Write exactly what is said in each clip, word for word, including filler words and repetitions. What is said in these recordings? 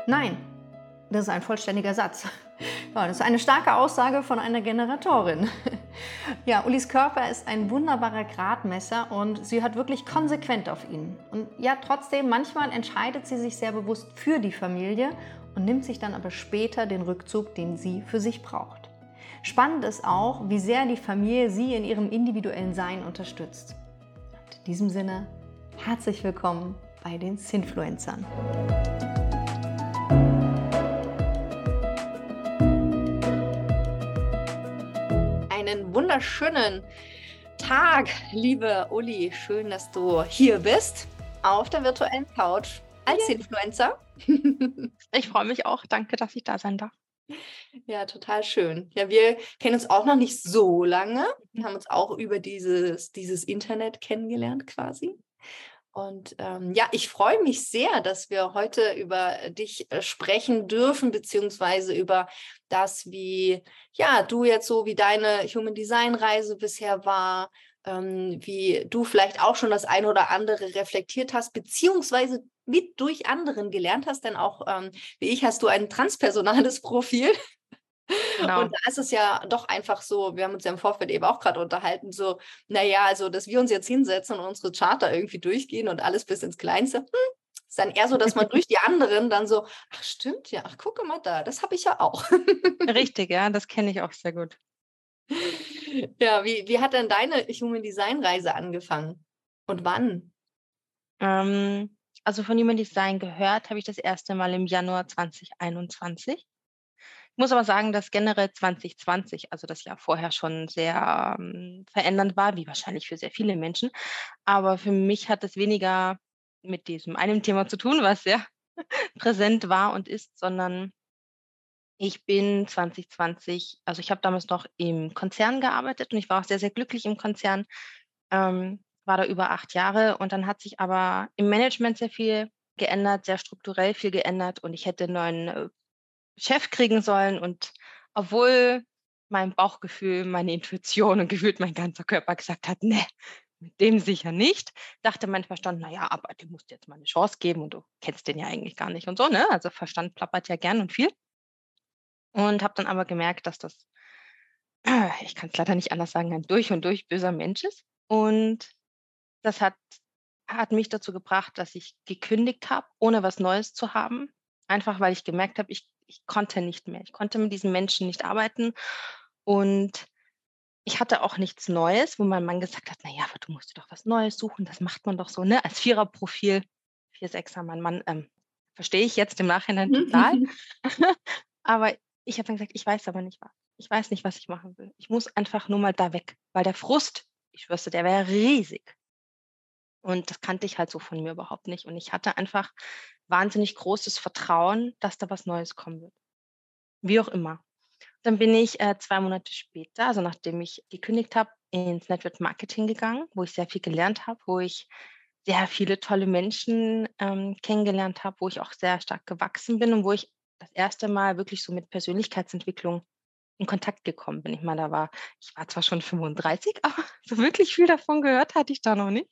Nein, das ist ein vollständiger Satz. Ja, das ist eine starke Aussage von einer Generatorin. Ja, Ulis Körper ist ein wunderbarer Gradmesser und sie hört wirklich konsequent auf ihn. Und ja, trotzdem, manchmal entscheidet sie sich sehr bewusst für die Familie und nimmt sich dann aber später den Rückzug, den sie für sich braucht. Spannend ist auch, wie sehr die Familie sie in ihrem individuellen Sein unterstützt. Und in diesem Sinne, herzlich willkommen bei den Sinfluencern. Einen wunderschönen Tag, liebe Uli. Schön, dass du hier bist, auf der virtuellen Couch als Influencer. Ich freue mich auch. Danke, dass ich da sein darf. Ja, total schön. Ja, wir kennen uns auch noch nicht so lange. Wir haben uns auch über dieses, dieses Internet kennengelernt quasi. Und ähm, ja, ich freue mich sehr, dass wir heute über dich äh, sprechen dürfen, beziehungsweise über das, wie ja du jetzt so, wie deine Human Design Reise bisher war, ähm, wie du vielleicht auch schon das eine oder andere reflektiert hast, beziehungsweise mit durch anderen gelernt hast, denn auch ähm, wie ich hast du ein transpersonales Profil. Genau. Und da ist es ja doch einfach so, wir haben uns ja im Vorfeld eben auch gerade unterhalten, so, naja, also, dass wir uns jetzt hinsetzen und unsere Charta irgendwie durchgehen und alles bis ins Kleinste, hm, ist dann eher so, dass man durch die anderen dann so, ach stimmt ja, ach gucke mal da, das habe ich ja auch. Richtig, ja, das kenne ich auch sehr gut. Ja, wie, wie hat denn deine Human Design Reise angefangen? Und wann? Ähm, also von Human Design gehört habe ich das erste Mal im Januar zwanzig einundzwanzig. Ich muss aber sagen, dass generell zwanzig zwanzig, also das Jahr vorher schon sehr ähm, verändernd war, wie wahrscheinlich für sehr viele Menschen. Aber für mich hat es weniger mit diesem einem Thema zu tun, was sehr präsent war und ist, sondern ich bin zwanzig zwanzig, also ich habe damals noch im Konzern gearbeitet und ich war auch sehr, sehr glücklich im Konzern. Ähm, war da über acht Jahre und dann hat sich aber im Management sehr viel geändert, sehr strukturell viel geändert und ich hätte einen neuen äh, Chef kriegen sollen und obwohl mein Bauchgefühl, meine Intuition und gefühlt mein ganzer Körper gesagt hat: „Ne, mit dem sicher nicht“, dachte mein Verstand: „Na ja, aber dem musst du jetzt mal 'ne Chance geben und du kennst den ja eigentlich gar nicht“ und so, ne? Also, Verstand plappert ja gern und viel. Und habe dann aber gemerkt, dass das, ich kann's leider nicht anders sagen, ein durch und durch böser Mensch ist. Und das hat hat mich dazu gebracht, dass ich gekündigt habe, ohne was Neues zu haben. Einfach, weil ich gemerkt habe, ich ich konnte nicht mehr. Ich konnte mit diesen Menschen nicht arbeiten und ich hatte auch nichts Neues, wo mein Mann gesagt hat: „Na ja, aber du musst dir doch was Neues suchen, das macht man doch so, ne, als Viererprofil.“ vier Sechser, mein Mann, ähm, verstehe ich jetzt im Nachhinein total. Aber ich habe dann gesagt: „Ich weiß aber nicht was. Ich weiß nicht, was ich machen will. Ich muss einfach nur mal da weg“, weil der Frust, ich schwöre dir, der wäre riesig. Und das kannte ich halt so von mir überhaupt nicht. Und ich hatte einfach wahnsinnig großes Vertrauen, dass da was Neues kommen wird, wie auch immer. Dann bin ich, äh, zwei Monate später, also nachdem ich gekündigt habe, ins Network Marketing gegangen, wo ich sehr viel gelernt habe, wo ich sehr viele tolle Menschen, ähm, kennengelernt habe, wo ich auch sehr stark gewachsen bin und wo ich das erste Mal wirklich so mit Persönlichkeitsentwicklung in Kontakt gekommen bin. Ich meine, da war ich war zwar schon fünfunddreißig, aber so wirklich viel davon gehört hatte ich da noch nicht.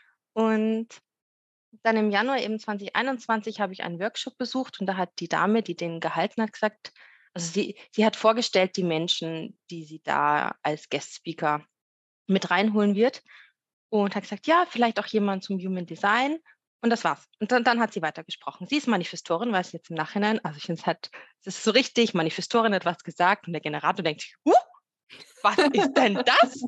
Und dann im Januar eben zwanzig einundzwanzig habe ich einen Workshop besucht und da hat die Dame, die den gehalten hat, gesagt, also sie sie hat vorgestellt, die Menschen, die sie da als Guest Speaker mit reinholen wird und hat gesagt: „Ja, vielleicht auch jemand zum Human Design.“ Und das war's. Und dann dann hat sie weitergesprochen. Sie ist Manifestorin, weiß ich jetzt im Nachhinein. Also, ich finde es halt, es ist so richtig, Manifestorin hat was gesagt und der Generator denkt sich: „Huh, was ist denn das?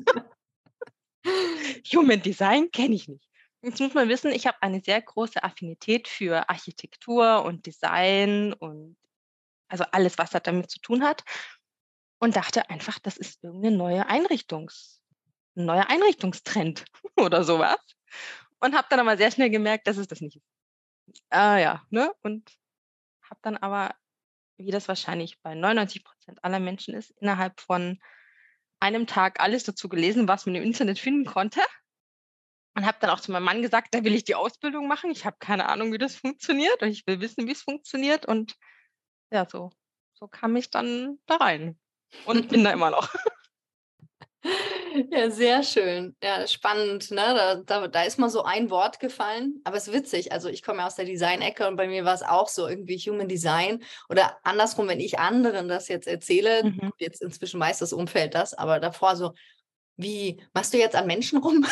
Human Design kenne ich nicht.“ Jetzt muss man wissen, ich habe eine sehr große Affinität für Architektur und Design und also alles, was halt damit zu tun hat und dachte einfach, das ist irgend 'ne neue Einrichtungs 'n neuer Einrichtungstrend oder so was und habe dann aber sehr schnell gemerkt, dass es das nicht ist. Ah ja, ne? Und habe dann aber, wie das wahrscheinlich bei neunundneunzig aller Menschen ist, innerhalb von einem Tag alles dazu gelesen, was man im Internet finden konnte. Und habe dann auch zu meinem Mann gesagt: „Da will ich die Ausbildung machen. Ich habe keine Ahnung, wie das funktioniert und ich will wissen, wie's funktioniert.“ Und ja, so so kam ich dann da rein und bin da immer noch. Ja, sehr schön. Ja, spannend, ne? Da, da, da ist mal so ein Wort gefallen, aber es ist witzig. Also ich komme ja aus der Design-Ecke und bei mir war es auch so irgendwie Human Design oder andersrum, wenn ich anderen das jetzt erzähle, Mhm. gut, jetzt inzwischen weiß das Umfeld das, aber davor so, wie, machst du jetzt an Menschen rum?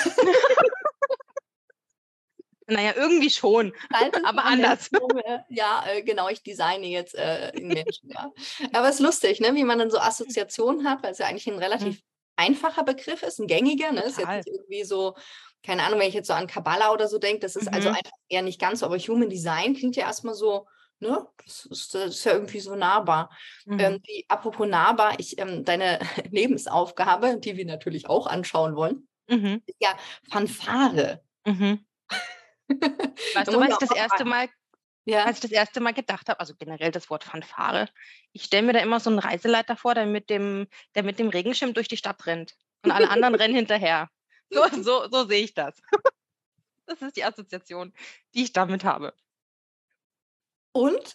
Naja, irgendwie schon, Gestaltest du aber an Menschen anders. rum? Äh, Ja, äh, genau, ich designe jetzt äh, in Menschen, ja. Aber es ist lustig, ne, wie man dann so Assoziationen hat, weil es ja eigentlich ein Mhm. relativ einfacher Begriff ist, ein gängiger, ne? Ist jetzt Total. nicht irgendwie so, keine Ahnung, wenn ich jetzt so an Kabbala oder so denke, das ist also Mhm. einfach eher nicht ganz so, aber Human Design klingt ja erstmal so, ne, das ist, das ist ja irgendwie so nahbar. Ähm, Mhm. die, apropos nahbar, ich, ähm, deine Lebensaufgabe, die wir natürlich auch anschauen wollen, Mhm. ist ja Fanfare. Mhm. Da Weißt du, muss was man ich auch das mal erste fragen. Mal als Ja. ich das erste Mal gedacht habe, also generell das Wort Fanfare, ich stelle mir da immer so 'n Reiseleiter vor, der mit dem der mit dem Regenschirm durch die Stadt rennt und alle anderen rennen hinterher. So so so sehe ich das. Das ist die Assoziation, die ich damit habe. Und?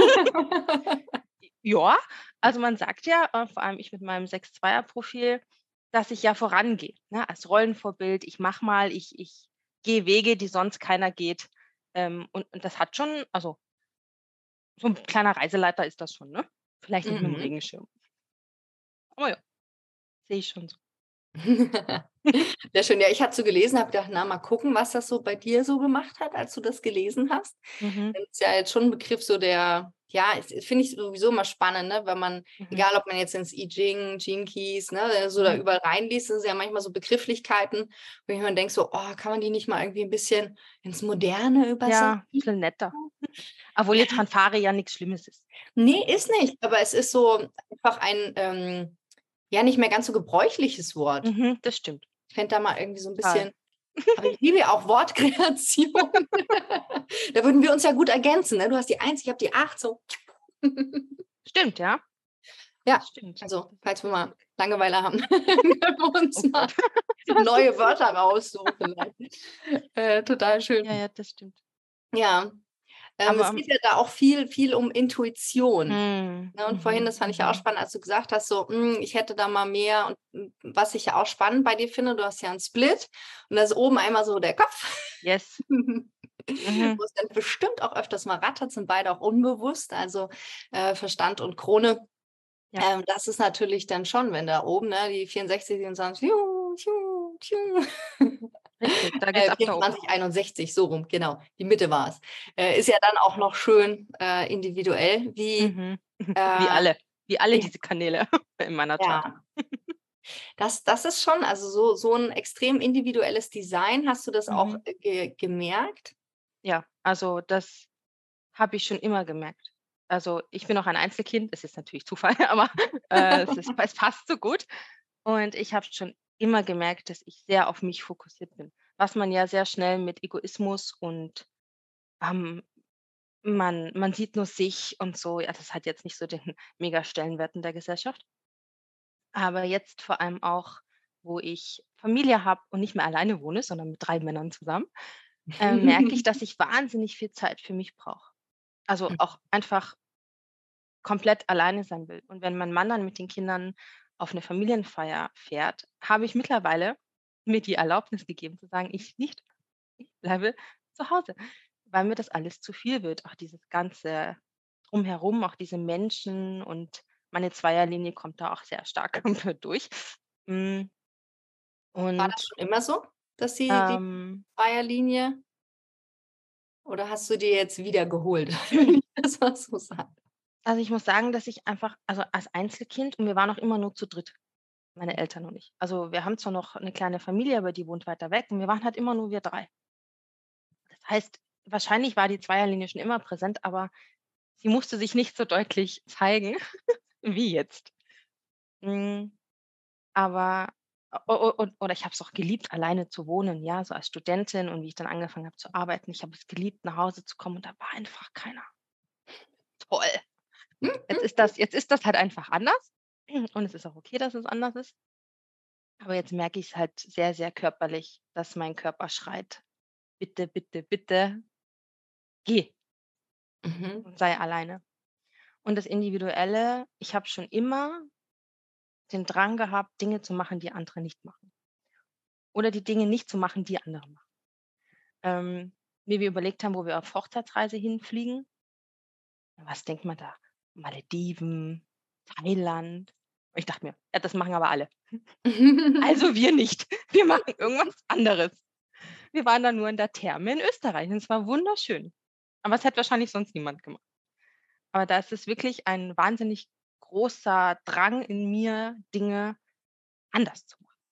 Ja, also man sagt ja, äh, vor allem ich mit meinem sechs Zweier Profil, dass ich ja vorangehe, ne, als Rollenvorbild. Ich mache mal, ich ich gehe Wege, die sonst keiner geht. Ähm, und und das hat schon also, so 'n kleiner Reiseleiter ist das schon, ne? Vielleicht nicht mit'm Mhm. Regenschirm. Aber ja, sehe ich schon so. Sehr schön. Ja, ich hatte so gelesen, habe gedacht: „Na, mal gucken, was das so bei dir so gemacht hat, als du das gelesen hast.“ Mhm, Das ist ja jetzt schon 'n Begriff so, der ja, es finde ich sowieso immer spannend, ne, wenn man mhm, egal ob man jetzt ins I Ching, Gene Keys, ne, so da mhm. überall reinliest, das sind ja manchmal so Begrifflichkeiten, wo ich mir denke so: „Oh, kann man die nicht mal irgendwie 'n bisschen ins Moderne Ja, übersetzen?“ bisschen netter. Obwohl Ja, jetzt Fanfare ja nix Schlimmes ist. ne, ist nicht, aber es ist so einfach ein, ähm, ja, nicht mehr ganz so gebräuchliches Wort. Mhm, das stimmt, Ich fände da mal irgendwie so 'n total. bisschen aber ich liebe ja auch Wortkreation. Da würden wir uns ja gut ergänzen, ne? Du hast die eins, ich habe die acht, so. Stimmt, ja, Ja, das stimmt. also, Das ist falls wir mal lustig. Langeweile haben, können wir uns Oh mal Gott, so hast du neue gesagt. Wörter raussuchen. Äh, total Ja, schön. ja, das stimmt. Ja, ähm, Aber, es ähm geht ja da auch viel viel um Intuition, mhm, ne? Und vorhin, mhm, das fand ich ja auch mhm. spannend, als du gesagt hast, so: „Hm, ich hätte da mal mehr“ und, hm, was ich ja auch spannend bei dir finde, du hast ja 'n Split und da ist oben einmal so der Kopf. Yes. Mhm, Wo es dann bestimmt auch öfters mal rattert, sind beide auch unbewusst, also, äh, Verstand und Krone. ja, Ähm, das ist natürlich dann schon, wenn da oben, ne, die vierundsechzig, siebenundzwanzig, tschu, tschu, tschu. richtig, da geht's Äh, ab da oben. vierundzwanzig, einundsechzig, so rum, genau, die Mitte war es. Äh, ist ja dann auch noch schön, äh, individuell, wie, Mhm. Wie äh alle wie alle ja, diese Kanäle in meiner Chart. ja, das das ist schon also, so so 'n extrem individuelles Design. Hast du das auch, Mhm. äh, ge gemerkt? Ja, also das habe ich schon immer gemerkt. Also, ich bin auch ein Einzelkind. Es ist natürlich Zufall, aber, äh, es ist es passt so gut. Und ich habe schon immer gemerkt, dass ich sehr auf mich fokussiert bin, was man ja sehr schnell mit Egoismus und, ähm, man man sieht nur sich und so, ja, das hat jetzt nicht so den Mega-Stellenwert in der Gesellschaft. Aber jetzt vor allem auch, wo ich Familie habe und nicht mehr alleine wohne, sondern mit drei Männern zusammen, ähm, merke ich, dass ich wahnsinnig viel Zeit für mich brauche. Also, auch einfach komplett alleine sein will. Und wenn mein Mann dann mit den Kindern auf eine Familienfeier fährt, habe ich mittlerweile mir die Erlaubnis gegeben zu sagen: „Ich nicht, ich bleibe zu Hause“, weil mir das alles zu viel wird. Auch dieses ganze Drumherum, auch diese Menschen und meine Zweierlinie kommt da auch sehr stark durch. Hm, War das und, schon immer so, dass die die ähm Dreierlinie oder hast du dir jetzt wieder geholt, wenn ich das mal so sage? also, ich muss sagen, dass ich einfach also, als Einzelkind und wir waren auch immer nur zu dritt, meine Eltern und ich. Also, wir haben zwar noch eine kleine Familie, aber die wohnt weiter weg und wir waren halt immer nur wir drei. Das heißt, wahrscheinlich war die Zweierlinie schon immer präsent, aber sie musste sich nicht so deutlich zeigen wie jetzt. Hm, aber o o und oder ich habe es auch geliebt, alleine zu wohnen, ja, so als Studentin und wie ich dann angefangen habe zu arbeiten. Ich habe es geliebt, nach Hause zu kommen und da war einfach keiner. Toll. Jetzt ist das jetzt ist das halt einfach anders und es ist auch okay, dass es anders ist. Aber jetzt merke ich's halt sehr, sehr körperlich, dass mein Körper schreit: „Bitte, bitte, bitte, geh Mhm. und sei alleine.“ Und das Individuelle, ich habe schon immer den Drang gehabt, Dinge zu machen, die andere nicht machen. oder die Dinge nicht zu machen, die andere machen. Ähm, wie wir überlegt haben, wo wir auf Hochzeitsreise hinfliegen. Was denkt man da? Malediven, Thailand. Und ich dachte mir: „Ja, das machen aber alle. Also wir nicht. Wir machen irgendwas anderes.“ Wir waren dann nur in der Therme in Österreich und es war wunderschön. Aber es hätte wahrscheinlich sonst niemand gemacht. Aber da ist es wirklich ein wahnsinnig großer Drang in mir, Dinge anders zu machen.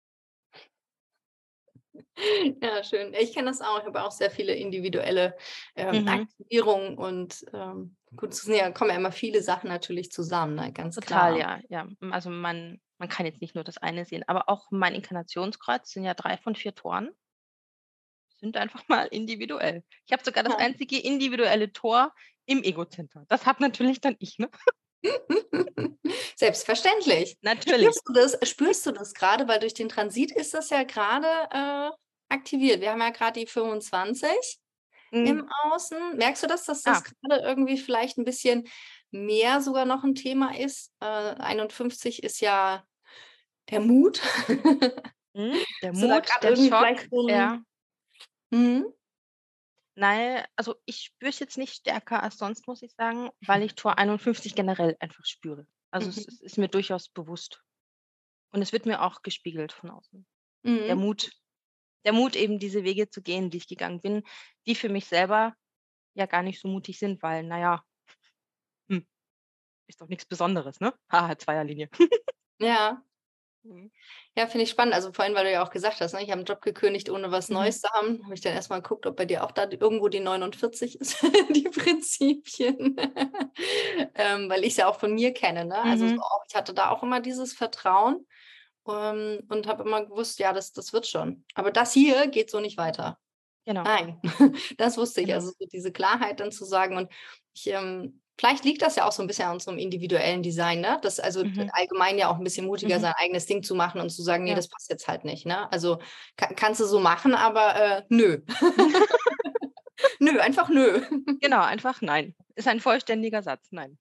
Ja, schön. Ich kenne das auch. Ich habe auch sehr viele individuelle, ähm, Mhm, Aktivierungen und, ähm, gut, es sind ja kommen ja immer viele Sachen natürlich zusammen, ne, ganz total, klar. ja, ja. Hm, also man man kann jetzt nicht nur das eine sehen, aber auch mein Inkarnationskreuz sind ja drei von vier Toren, sind einfach mal individuell. Ich habe sogar das Ja. einzige individuelle Tor im Egozentrum. Das habe natürlich dann ich, ne? Selbstverständlich. Natürlich. Spürst du das spürst du das grade? Weil durch den Transit ist das ja grade, äh, aktiviert. Wir haben ja grad die fünfundzwanzig Mhm. im Außen. Merkst du das, dass das Ah, grade irgendwie vielleicht 'n bisschen mehr sogar noch 'n Thema ist? Äh, einundfünfzig ist ja der Mut. mhm, der Hast du da Mut, grad der irgendwie Schock, vielleicht so 'n ja. mhm. Nein, also ich spüre es jetzt nicht stärker als sonst, muss ich sagen, weil ich Tor einundfünfzig generell einfach spüre. Also es Mhm. es ist mir durchaus bewusst und es wird mir auch gespiegelt von außen. Der Mhm. Mut der Mut, eben diese Wege zu gehen, die ich gegangen bin, die für mich selber ja gar nicht so mutig sind, weil, na ja, hm, ist doch nichts Besonderes, ne? Haha, Zweierlinie. Ja. Mhm. Ja, finde ich spannend. Also, vorhin, weil du ja auch gesagt hast, ne, ich habe 'n Job gekündigt, ohne was Mhm. Neues zu haben. Habe ich dann erst mal geguckt, ob bei dir auch da d irgendwo die neunundvierzig ist, die Prinzipien. Ähm, weil ich's ja auch von mir kenne, ne? Also, so Mhm. auch ich hatte da auch immer dieses Vertrauen, ähm, und habe immer gewusst: „Ja, das das wird schon.“ Aber das hier geht so nicht weiter. Genau, Nein, das wusste ich. genau. Also, so diese Klarheit dann zu sagen und ich, ähm vielleicht liegt das ja auch so 'n bisschen an unserem individuellen Design, ne? Das also, d Mhm. allgemein ja auch 'n bisschen mutiger Mhm. sein eigenes Ding zu machen und zu sagen: „Ne, Ja. das passt jetzt halt nicht“, ne? Also, ka kannst du so machen, aber, äh, nö. Nö, einfach nö. Genau, einfach nein. Ist ein vollständiger Satz, nein.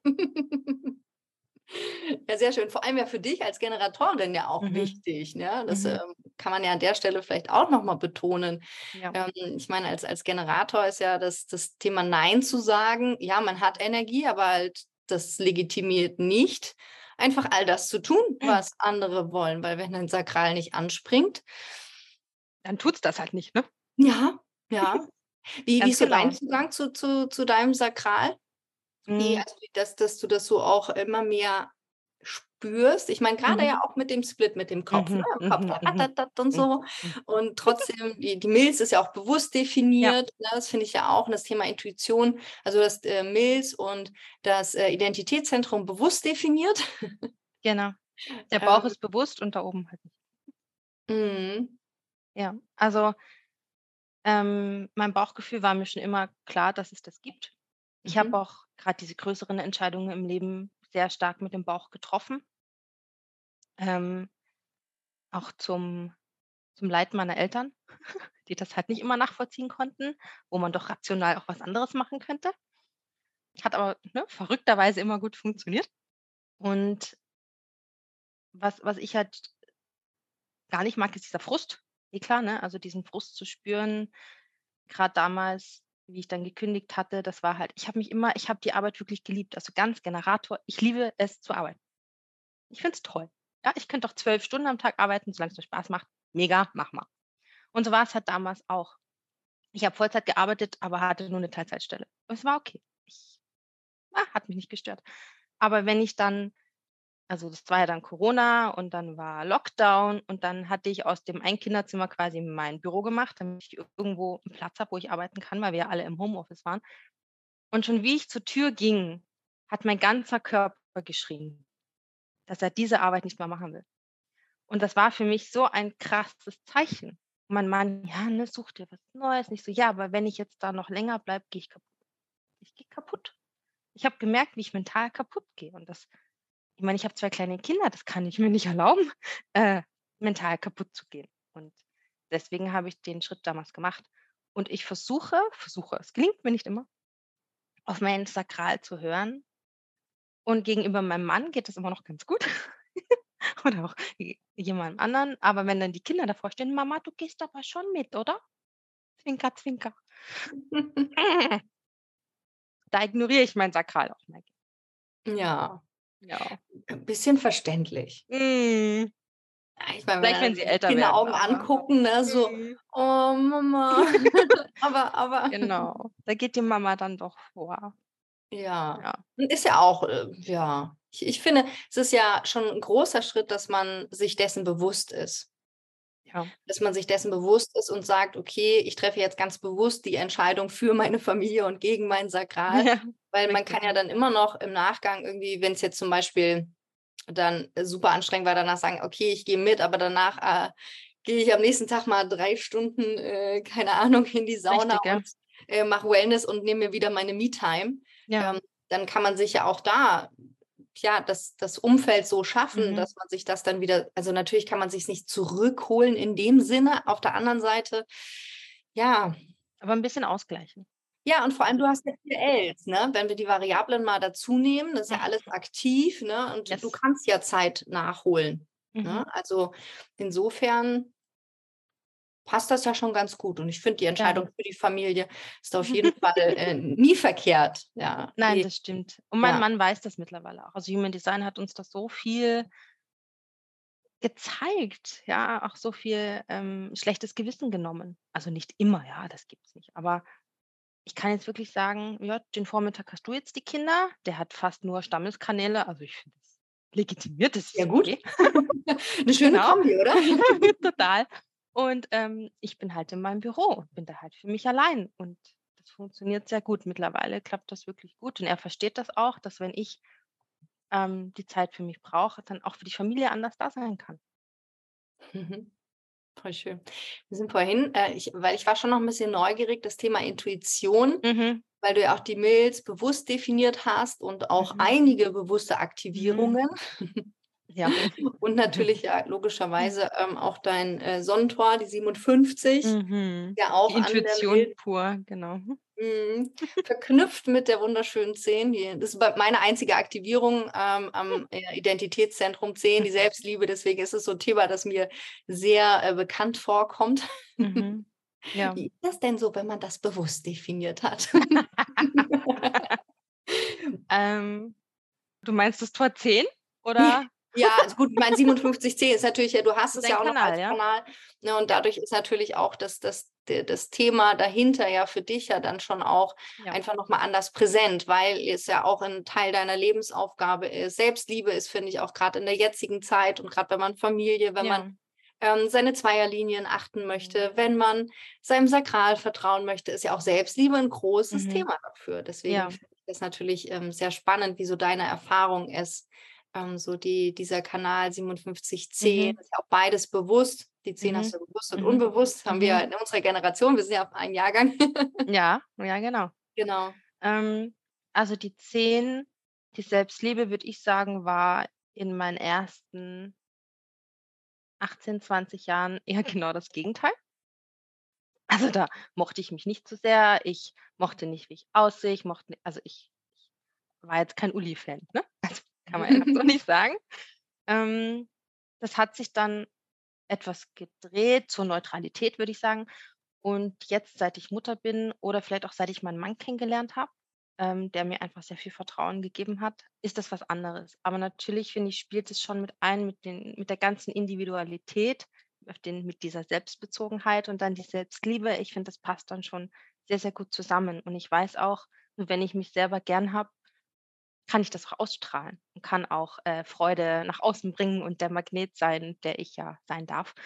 Ja, sehr schön. Vor allem ja für dich als Generatorin ja auch Mhm. wichtig, ne? Das, Mhm. ähm, kann man ja an der Stelle vielleicht auch noch mal betonen. Ja. Ähm, ich meine, als als Generator ist ja das das Thema „Nein“ zu sagen ja, man hat Energie, aber halt das legitimiert nicht, einfach all das zu tun, Mhm. was andere wollen, weil wenn dein Sakral nicht anspringt Dann tut's das halt nicht, ne? ja, ja. Wie wie Ganz ist so dein genau. Zugang zu zu zu deinem Sakral? Wie Hm, also, wie dass dass du das so auch immer mehr spürst? Ich meine, grade ja mhm, auch mit dem Split mit dem Kopf, ne? mhm, Im Kopf mhm, mhm, rattatat und mhm, so. mhm. Und trotzdem, die die Milz ist ja auch bewusst Ja, definiert, ne? Das finde ich ja auch. Und das Thema Intuition, also, das, äh, Milz und das, äh, Identitätszentrum bewusst definiert. genau. Der Bauch Ähm, ist bewusst und da oben halt nicht. mhm, Ja, also, ähm, mein Bauchgefühl war mir schon immer klar, dass es das gibt. Ich habe mhm, auch grad diese größeren Entscheidungen im Leben sehr stark mit dem Bauch getroffen, ähm, auch zum zum Leid meiner Eltern, die das halt nicht immer nachvollziehen konnten, wo man doch rational auch was anderes machen könnte. Hat aber, ne, verrückterweise immer gut funktioniert. Und was was ich halt gar nicht mag, ist dieser Frust. Eh klar, ne? Also, diesen Frust zu spüren, gerade damals, wie ich dann gekündigt hatte, das war halt ich habe mich immer ich habe die Arbeit wirklich geliebt, also, ganz Generator. Ich liebe es zu arbeiten. Ich finde es toll. Ja, ich könnte doch zwölf Stunden am Tag arbeiten, solange es mir Spaß macht. Mega, mach mal. Und so war es halt damals auch. Ich habe Vollzeit gearbeitet, aber hatte nur eine Teilzeitstelle. Und es war okay. Ich ah, hat mich nicht gestört. Aber wenn ich dann also, das war ja dann Corona und dann war Lockdown und dann hatte ich aus dem Ein-Kinderzimmer quasi mein Büro gemacht, damit ich irgendwo 'n Platz habe, wo ich arbeiten kann, weil wir ja alle im Homeoffice waren. Und schon wie ich zur Tür ging, hat mein ganzer Körper geschrien, dass er diese Arbeit nicht mehr machen will. Und das war für mich so ein krasses Zeichen. Und mein Mann: „Ja, ne, such dir was Neues.“ Nicht so: „Ja, aber wenn ich jetzt da noch länger bleibe, gehe ich kaputt.“ Ich gehe kaputt. Ich habe gemerkt, wie ich mental kaputt gehe und das ich meine, ich habe zwei kleine Kinder, das kann ich mir nicht erlauben, äh, mental kaputt zu gehen. Und deswegen habe ich den Schritt damals gemacht. Und ich versuche versuche, es gelingt mir nicht immer, auf mein Sakral zu hören. Und gegenüber meinem Mann geht es immer noch ganz gut. oder auch j jemandem anderen. Aber wenn dann die Kinder davor stehen: „Mama, du gehst aber schon mit, oder?" Zwinker, zwinker. Da ignoriere ich mein Sakral auch mal. Ja, Ja. 'n bisschen verständlich. Mhm. Ja, ich meine, wenn Vielleicht, wenn dann sie so die älter werden, Kinderaugen aber angucken, ne, so: mhm. „Oh Mama." Aber aber Genau, da geht die Mama dann doch vor. ja, Ja, und ist ja auch, äh ja, ich ich finde, es ist ja schon 'n großer Schritt, dass man sich dessen bewusst ist. ja. Dass man sich dessen bewusst ist und sagt: „Okay, ich treffe jetzt ganz bewusst die Entscheidung für meine Familie und gegen mein Sakral." Ja, Weil man richtig. kann ja dann immer noch im Nachgang irgendwie, wenn's jetzt zum Beispiel dann äh, super anstrengend war, danach sagen: „Okay, ich gehe mit, aber danach, äh, gehe ich am nächsten Tag mal drei Stunden, äh, keine Ahnung, in die Sauna Richtig, und, ja. äh, mache Wellness und nehme mir wieder meine Me-Time." Ja. Ähm, Dann kann man sich ja auch da, ja, das das Umfeld so schaffen, Mhm. dass man sich das dann wieder, also, natürlich kann man sich's nicht zurückholen in dem Sinne. Auf der anderen Seite, ja, Aber 'n bisschen ausgleichen. ja, und vor allem, du hast ja vier Ls, ne? Wenn wir die Variablen mal dazu nehmen, das ist ja alles Mhm. aktiv, ne? Und du Yes. kannst ja Zeit nachholen, Mhm. ne? Also, insofern passt das ja schon ganz gut. Und ich finde, die Ja. Entscheidung für die Familie ist auf jeden Fall, äh, nie verkehrt. Ja, Nein, die das stimmt. Und mein ja. Mann weiß das mittlerweile auch. Also, Human Design hat uns das so viel gezeigt, ja, auch so viel, ähm, schlechtes Gewissen genommen. Also, nicht immer, ja, das gibt's nicht. Aber ich kann jetzt wirklich sagen: „Ja, den Vormittag hast du jetzt die Kinder." Der hat fast nur Stammeskanäle. Also, ich finde das legitimiert, das Sehr ist gut. okay. 'Ne schöne Genau, Kombi, oder? total. Und, ähm, ich bin halt in meinem Büro und bin da halt für mich allein und das funktioniert sehr gut. Mittlerweile klappt das wirklich gut und er versteht das auch, dass wenn ich, ähm, die Zeit für mich brauche, dann auch für die Familie anders da sein kann. Mhm. Voll schön. Wir sind vorhin, äh, ich weil ich war schon noch 'n bisschen neugierig, das Thema Intuition, Mhm, weil du ja auch die Milz bewusst definiert hast und auch mhm, einige bewusste mhm. Aktivierungen. Ja. Und natürlich ja logischerweise, ähm, auch dein, äh, Sonnentor, die siebenundfünfzig, Mhm. ja Die auch an der Intuition Milz, pur, genau. mhm, verknüpft mit der wunderschönen zehn. Die das ist bei meine einzige Aktivierung, ähm, am, äh, Identitätszentrum zehn, die Selbstliebe. Deswegen ist es so 'n Thema, das mir sehr, äh, bekannt vorkommt. Mhm. Ja. Wie ist das denn so, wenn man das bewusst definiert hat? Ähm, Du meinst das Tor zehn oder Ja, also gut, ich meine siebenundfünfzig c ist natürlich, ja, du hast es dein ja auch noch als Kanal, ja? Kanal, ne, und Ja, dadurch ist natürlich auch das das d das Thema dahinter ja für dich ja dann schon auch ja. einfach noch mal anders präsent, weil es ja auch 'n Teil deiner Lebensaufgabe ist. Selbstliebe ist, finde ich, auch grad in der jetzigen Zeit und grad wenn man Familie, wenn man, Ja. ähm, seine Zweierlinien achten möchte, Mhm. wenn man seinem Sakral vertrauen möchte, ist ja auch Selbstliebe 'n großes Mhm. Thema dafür. Deswegen Ja. finde ich das natürlich, ähm, sehr spannend, wie so deine Erfahrung ist, ähm, so die dieser Kanal siebenundfünfzig c, Mhm. ist ja auch beides bewusst. Die zehn hast Mhm. du bewusst und Mhm. unbewusst, haben wir ja Mhm. in unserer Generation, wir sind ja auf einen Jahrgang. Ja, ja, genau. Genau. Ähm, also die zehn, die Selbstliebe, würde ich sagen, war in meinen ersten achtzehn, zwanzig Jahren eher genau das Gegenteil. Also, da mochte ich mich nicht so sehr. Ich mochte nicht, wie ich aussehe. Ich mochte ni also, ich war jetzt kein Uli-Fan, ne? Also, kann man ja so nicht sagen. Ähm, Das hat sich dann etwas gedreht zur Neutralität, würde ich sagen. Und jetzt, seit ich Mutter bin oder vielleicht auch seit ich meinen Mann kennengelernt habe, ähm, der mir einfach sehr viel Vertrauen gegeben hat, ist das was anderes. Aber natürlich, finde ich, spielt es schon mit ein, mit den mit der ganzen Individualität, auf den mit dieser Selbstbezogenheit und dann die Selbstliebe. Ich finde, das passt dann schon sehr, sehr gut zusammen. Und ich weiß auch, nur wenn ich mich selber gern habe, kann ich das auch ausstrahlen und kann auch, äh, Freude nach außen bringen und der Magnet sein, der ich ja sein darf.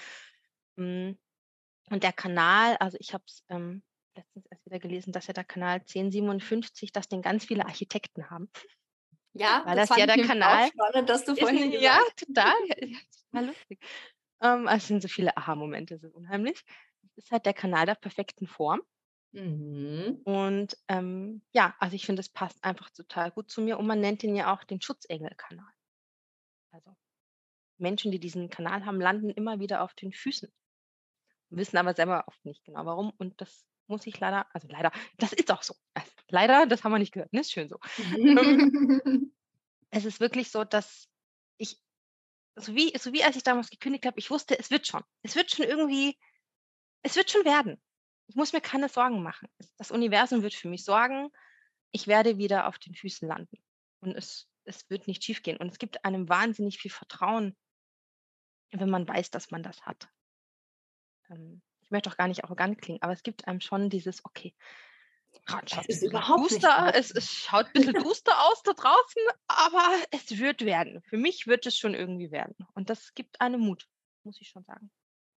Hm, und der Kanal, also ich habe es, ähm, letztens erst wieder gelesen, dass ja der Kanal zehn siebenundfünfzig, dass den ganz viele Architekten haben, Ja, weil das das fand ja ich der nämlich auch Kanal spannend, dass du ist, 'ne vorhin ja, gesagt total, ja, total lustig. Ähm, also, es sind so viele Aha-Momente, so unheimlich. Es ist halt der Kanal der perfekten Form mhm. und, ähm, ja, also ich finde, es passt einfach total gut zu mir und man nennt ihn ja auch den Schutzengelkanal. Also Menschen, die diesen Kanal haben, landen immer wieder auf den Füßen, wissen aber selber oft nicht genau warum. Und das muss ich leider, also leider, das ist auch so. Also leider, das haben wir nicht gehört, ne? Ist schön so. Ähm, Es ist wirklich so, dass ich so wie, so wie als ich damals gekündigt habe, ich wusste, es wird schon. Es wird schon irgendwie, es wird schon werden. Ich muss mir keine Sorgen machen. Es- Das Universum wird für mich sorgen. Ich werde wieder auf den Füßen landen. Und es, es wird nicht schief gehen. Und es gibt einem wahnsinnig viel Vertrauen, wenn man weiß, dass man das hat. Ähm, ich möchte auch gar nicht arrogant klingen, aber es gibt einem schon dieses, okay, gerade Das schaut es ist ein bisschen überhaupt nicht duster, arrogant. es, es schaut ein bisschen duster aus da draußen, aber es wird werden. Für mich wird es schon irgendwie werden. Und das gibt einem Mut, muss ich schon sagen.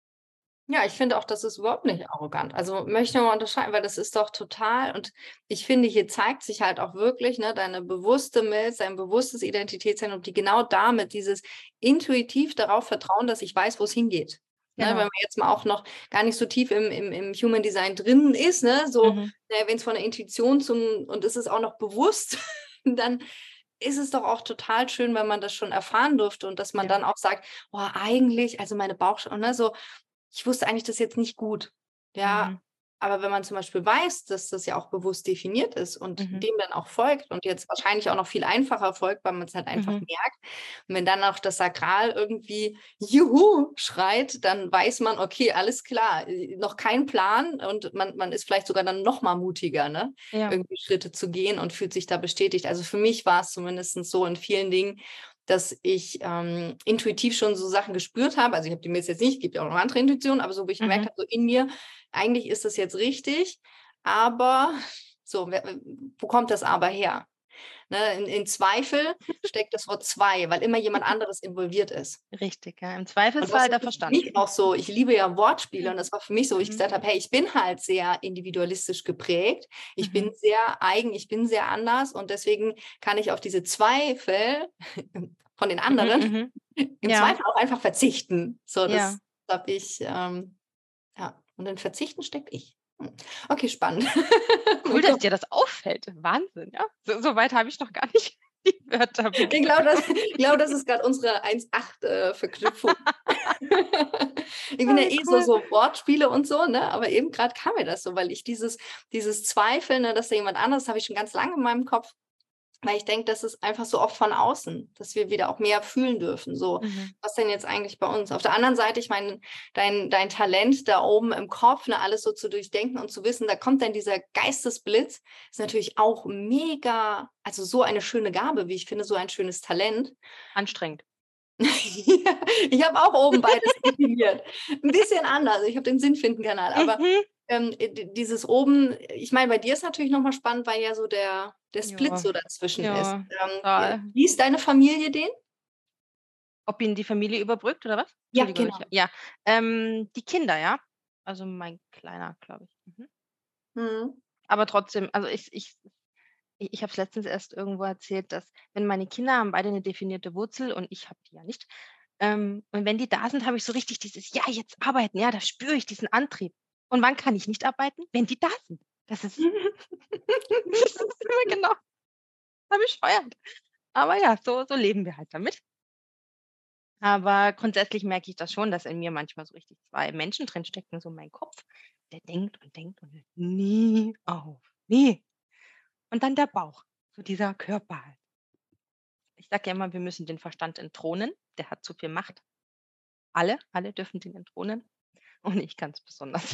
Ja, ich finde auch, das ist überhaupt nicht arrogant. Also möchte ich mal unterscheiden, weil das ist doch total, und ich finde, hier zeigt sich halt auch wirklich, ne, deine bewusste Milz, dein bewusstes Identitätszentrum, die genau damit dieses intuitiv darauf vertrauen, dass ich weiß, wo es hingeht. Ne, wenn Genau. man jetzt mal auch noch gar nicht so tief im, im, im Human Design drin ist, ne, so, Mhm. ne, wenn es von der Intuition zum, und es ist auch noch bewusst, dann ist es doch auch total schön, wenn man das schon erfahren durfte und dass man Ja. dann auch sagt, oh, eigentlich, also meine Bauch, ne, so, ich wusste eigentlich, das ist jetzt nicht gut. Ja, Mhm. aber wenn man zum Beispiel weiß, dass das ja auch bewusst definiert ist und Mhm. dem dann auch folgt und jetzt wahrscheinlich auch noch viel einfacher folgt, weil man es halt einfach Mhm. merkt. Und wenn dann auch das Sakral irgendwie Juhu schreit, dann weiß man, okay, alles klar, äh, noch kein Plan und man, man ist vielleicht sogar dann noch mal mutiger, ne? Ja. Irgendwie Schritte zu gehen und fühlt sich da bestätigt. Also für mich war es zumindest so in vielen Dingen, dass ich ähm, intuitiv schon so Sachen gespürt habe. Also ich habe die mir jetzt nicht, es gibt ja auch noch andere Intuitionen, aber so wie ich gemerkt Mhm. habe, so in mir, eigentlich ist das jetzt richtig, aber so, wer- wo kommt das aber her? Ne, in, in Zweifel steckt das Wort zwei, weil immer jemand anderes involviert ist. Richtig, ja. Im Und das Zweifelsfall der ist für Verstand. mich auch so, ich liebe ja Wortspiele und das war für mich so, wo ich Mhm. gesagt habe, hey, ich bin halt sehr individualistisch geprägt, ich bin Mhm. sehr eigen, ich bin sehr anders und deswegen kann ich auf diese Zweifel von den Mhm. anderen Mhm. im Ja. Zweifel auch einfach verzichten. So, das Ja. habe ich, ähm, ja, und in Verzichten steckt ich. Hm. Okay, spannend. Cool, dass dir das auffällt. Wahnsinn, ja. So, so weit habe ich noch gar nicht die Wörter Ich begriffen. glaube, das, ich glaube, das ist gerade unsere eins Komma acht-Verknüpfung. Ich bin Ah, ja wie eh so, cool. so Wortspiele und so, ne? Aber eben gerade kam mir das so, weil ich dieses, dieses Zweifeln, ne, dass da jemand anderes, habe ich schon ganz lange in meinem Kopf, weil ich denke, das ist einfach so oft von außen, dass wir wieder auch mehr fühlen dürfen. So, Mhm. was denn jetzt eigentlich bei uns? Auf der anderen Seite, ich meine, dein, dein Talent da oben im Kopf, ne, alles so zu durchdenken und zu wissen, da kommt dann dieser Geistesblitz, ist natürlich auch mega, also so eine schöne Gabe, wie ich finde, so ein schönes Talent. Anstrengend. Ja, ich habe auch oben beides definiert. Ein bisschen anders. Ich habe den Sinnfinden-Kanal, aber Mhm. ähm, äh, d- dieses oben, ich meine, bei dir ist natürlich nochmal spannend, weil ja so der, der Split Ja, so dazwischen ist. ja, Ähm, wie total. wie ist deine Familie den? Ob ihn die Familie überbrückt oder was? Ja, Entschuldigung, ich, genau. ja. Ähm, die Kinder, ja. Also mein Kleiner, glaube ich. Mhm. Mhm. Aber trotzdem, also ich, ich, ich, ich habe es letztens erst irgendwo erzählt, dass wenn meine Kinder haben beide eine definierte Wurzel und ich habe die ja nicht. Ähm, und wenn die da sind, habe ich so richtig dieses, ja, jetzt arbeiten, ja, da spüre ich diesen Antrieb. Und wann kann ich nicht arbeiten? Wenn die da sind. Das ist, das ist immer genau, da bescheuert. Aber ja, so, so leben wir halt damit. Aber grundsätzlich merke ich das schon, dass in mir manchmal so richtig zwei Menschen drin stecken, so mein Kopf, der denkt und denkt und hört nie auf. Nie. Und dann der Bauch, so dieser Körper halt. Ich sage ja immer, wir müssen den Verstand entthronen. Der hat zu viel Macht. Alle, alle dürfen den entthronen. Und ich ganz besonders.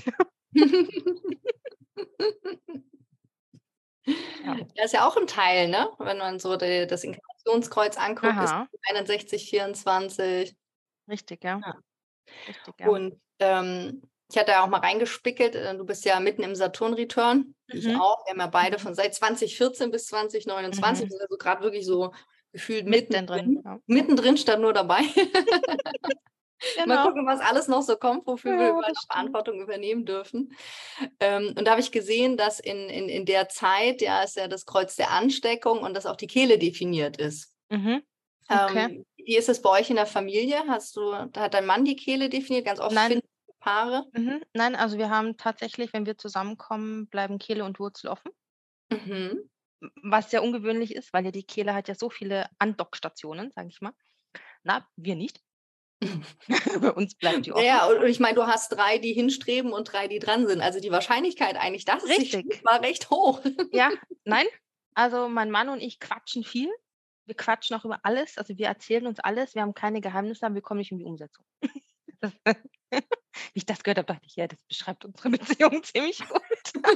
Ja. Das ist ja auch ein Teil, ne? Wenn man so die, das Inkarnationskreuz anguckt, ist Aha, einundsechzig, vierundzwanzig. richtig, ja. Ja. Richtig, ja. Und ähm, ich hatte ja auch mal reingespickelt, äh, du bist ja mitten im Saturn-Return, ich Mhm. auch. Wir haben ja beide Mhm. von seit zwanzig vierzehn bis zwanzig neunundzwanzig, Mhm. wir sind also gerade wirklich so gefühlt Mittendrin, mittendrin. ja. Mittendrin statt nur dabei. Mal Genau. gucken, was alles noch so kommt, wofür wir Ja, überall das noch stimmt. Verantwortung übernehmen dürfen. Ähm, und da habe ich gesehen, dass in, in, in der Zeit, ja, ist ja das Kreuz der Ansteckung und dass auch die Kehle definiert ist. Mhm. Okay. Ähm, wie ist es bei euch in der Familie? Hast du, da hat dein Mann die Kehle definiert? Ganz oft Nein, finden Paare. mhm. Nein, also wir haben tatsächlich, wenn wir zusammenkommen, bleiben Kehle und Wurzel offen. Mhm. M was sehr ungewöhnlich ist, weil ja die Kehle hat ja so viele Andockstationen, sage ich mal. Na, wir nicht. Bei uns bleibt die Ja, offen. ja, und und ich meine, du hast drei, die hinstreben und drei, die dran sind. Also die Wahrscheinlichkeit eigentlich, dass es sich schließt, Richtig. war recht hoch. Ja, nein. Also mein Mann und ich quatschen viel. wir quatschen auch über alles, also wir erzählen uns alles, wir haben keine Geheimnisse, aber wir kommen nicht in die Umsetzung. Das Wie ich das gehört habe, dachte ich: „Ja, das beschreibt unsere Beziehung ziemlich gut."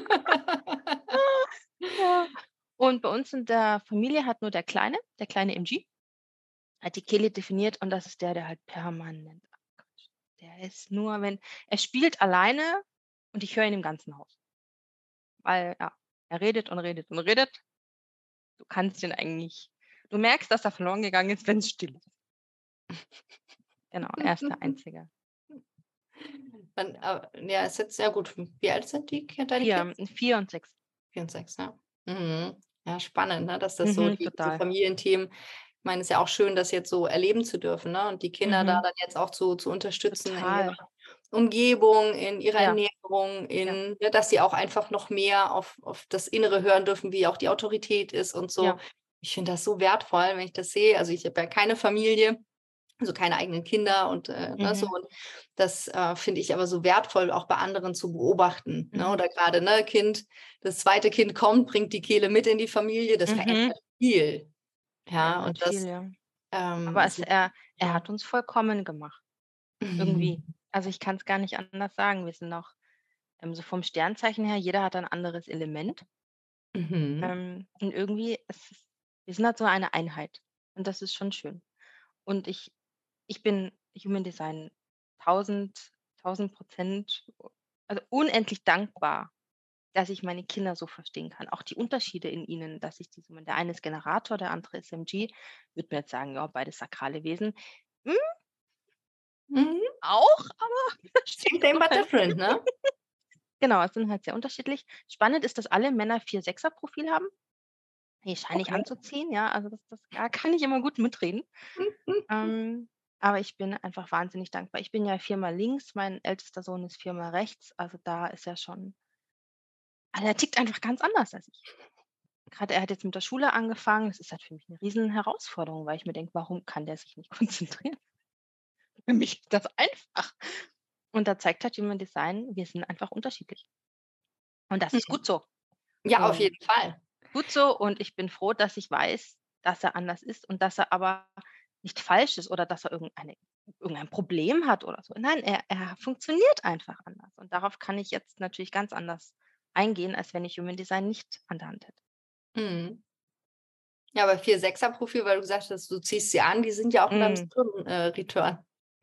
Ja. Und bei uns in der Familie hat nur der Kleine der kleine M G hat die Kehle definiert und das ist der, der halt permanent abquatscht. Der ist nur, wenn er spielt alleine und ich höre ihn im ganzen Haus, weil ja, er redet und redet und redet. Du kannst ihn eigentlich du merkst, dass er verloren gegangen ist, wenn's still ist. Genau, er ist der Einzige. Dann, äh, ja, ist jetzt sehr gut. Wie alt sind die Ki deine vier, Kids? vier und sechs. vier und sechs, ja. Mhm. Ja, spannend, ne, dass das so Mhm, die diese total. Familienthemen ich meine, es ist ja auch schön, das jetzt so erleben zu dürfen, ne, und die Kinder da Mhm, dann jetzt auch zu zu unterstützen in ihrer total. Umgebung, in ihrer Ja, Ernährung, ja, in ne, dass sie auch einfach noch mehr auf auf das Innere hören dürfen, wie auch die Autorität ist und so. ja. Ich finde das so wertvoll, wenn ich das sehe. Also, ich habe ja keine Familie, also keine eigenen Kinder und, äh, ne, so Mhm, und das, äh, finde ich aber so wertvoll, auch bei anderen zu beobachten, ne? mhm, Oder grade, ne, Kind das zweite Kind kommt, bringt die Kehle mit in die Familie, das mhm. verändert viel, ja, Verändert und viel, das, ja. ähm, Aber ist es so er er ja. hat uns vollkommen gemacht, irgendwie. Also, ich kann's gar nicht anders sagen. Wir sind auch, ähm, so vom Sternzeichen her, jeder hat ein anderes Element. Mhm. Ähm, und irgendwie es ist wir sind halt so eine Einheit und das ist schon schön. Und ich ich bin Human Design tausend tausend Prozent, also unendlich dankbar, dass ich meine Kinder so verstehen kann. Auch die Unterschiede in ihnen, dass ich die so der eine ist Generator, der andere ist M G. Würde mir jetzt sagen, ja, beides sakrale Wesen. Hm, Mhm. auch, aber Same, stimmt same, noch but nicht. different, ne? Genau, es sind halt sehr unterschiedlich. Spannend ist, dass alle Männer vier er Profil haben. Die scheine ich Okay. anzuziehen, ja, also das das da kann ich immer gut mitreden. Ähm, aber ich bin einfach wahnsinnig dankbar. Ich bin ja viermal links, mein ältester Sohn ist viermal rechts, also da ist er schon ah, der tickt einfach ganz anders als ich. Grade er hat jetzt mit der Schule angefangen. Das ist halt für mich 'ne Riesen-Herausforderung, weil ich mir denke: „Warum kann der sich nicht konzentrieren?" Für mich ist das einfach. Und da zeigt halt Human Design, wir sind einfach unterschiedlich. Und das ist Mhm. gut so. Ja, auf Und jeden Fall. gut so und ich bin froh, dass ich weiß, dass er anders ist und dass er aber nicht falsch ist oder dass er irgendeine irgendein Problem hat oder so. Nein, er er funktioniert einfach anders und darauf kann ich jetzt natürlich ganz anders eingehen, als wenn ich Human Design nicht an der Hand hätte. Mhm. Ja, aber vier er Profil, weil du gesagt hast, du ziehst sie an, die sind ja auch in deinem Mhm. Saturn äh, Return.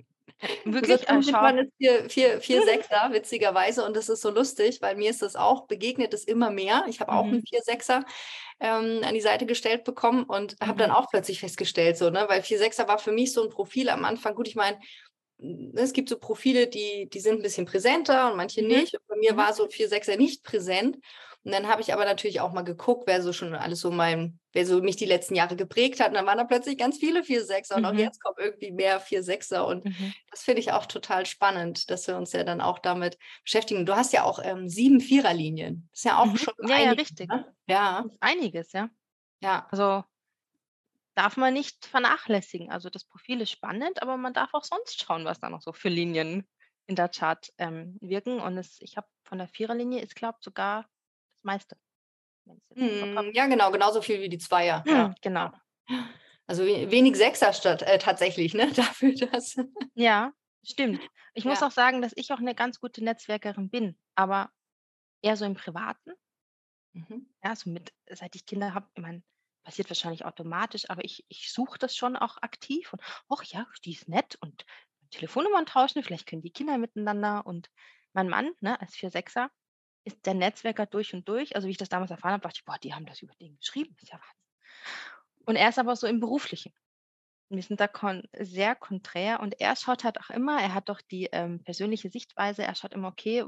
Unser Wirklich? Äh, schau. Turm-Return ist vier vier vier Sechser, witzigerweise, und das ist so lustig, weil mir ist das auch begegnet es immer mehr. Ich habe auch Mhm, 'n vier Sechser, ähm, an die Seite gestellt bekommen und habe mhm, dann auch plötzlich festgestellt, so, ne, weil vier Sechser war für mich so 'n Profil am Anfang gut, ich meine, hm, ne, es gibt so Profile, die die sind 'n bisschen präsenter und manche mhm, nicht. Und bei mir mhm, war so vier Sechser nicht präsent. Und dann habe ich aber natürlich auch mal geguckt, wer so schon alles so mein wer so mich die letzten Jahre geprägt hat. Und dann waren da plötzlich ganz viele vier Sechser und auch mhm, jetzt kommen irgendwie mehr vier Sechser. Und mhm, das finde ich auch total spannend, dass wir uns ja dann auch damit beschäftigen. Du hast ja auch, ähm, sieben Viererlinien. Ist ja auch mhm. schon Ja, ja, einiges, richtig. ne? Ja, Ist einiges, ja. ja. Also, darf man nicht vernachlässigen. Also, das Profil ist spannend, aber man darf auch sonst schauen, was da noch so für Linien in der Chart, ähm, wirken. Und es ich habe von der Viererlinie ist, glaube sogar das meiste, wenn ich's jetzt im Kopf habe. Mhm, ja, genau, genauso viel wie die Zweier, ja, Genau. ja. Also, we wenig Sechser statt äh, tatsächlich, ne, dafür, dass Ja, stimmt. Ich muss ja. auch sagen, dass ich auch 'ne ganz gute Netzwerkerin bin, aber eher so im Privaten. Mhm. Ja, so mit seit ich Kinder habe ich meine, passiert wahrscheinlich automatisch, aber ich ich suche das schon auch aktiv und: „Ach ja, die ist nett und Telefonnummern tauschen, vielleicht können die Kinder miteinander." Und mein Mann, ne, als vier Sechser ist der Netzwerker durch und durch. Also, wie ich das damals erfahren habe, dachte ich: „Boah, die haben das über den geschrieben, ist ja Wahnsinn." Und er ist aber so im Beruflichen. Wir sind da kon sehr konträr und er schaut halt auch immer er hat doch die, ähm, persönliche Sichtweise, er schaut immer: „Okay,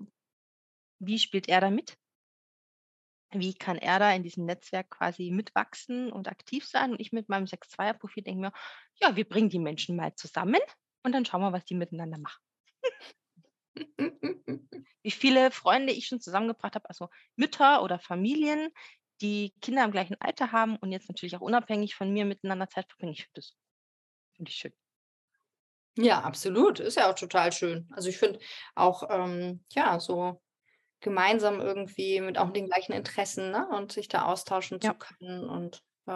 wie spielt er da mit? Wie kann er da in diesem Netzwerk quasi mitwachsen und aktiv sein?" Und ich mit meinem sechs zwei Profil denke mir: „Ja, wir bringen die Menschen mal zusammen und dann schauen wir, was die miteinander machen." Wie viele Freunde ich schon zusammengebracht habe, also Mütter oder Familien, die Kinder im gleichen Alter haben und jetzt natürlich auch unabhängig von mir miteinander Zeit verbringen. Ich finde das finde ich schön. Ja, absolut. Ist ja auch total schön. Also, ich finde auch, ähm, ja, so gemeinsam irgendwie mit auch den gleichen Interessen, ne, und sich da austauschen zu Ja. können und ja.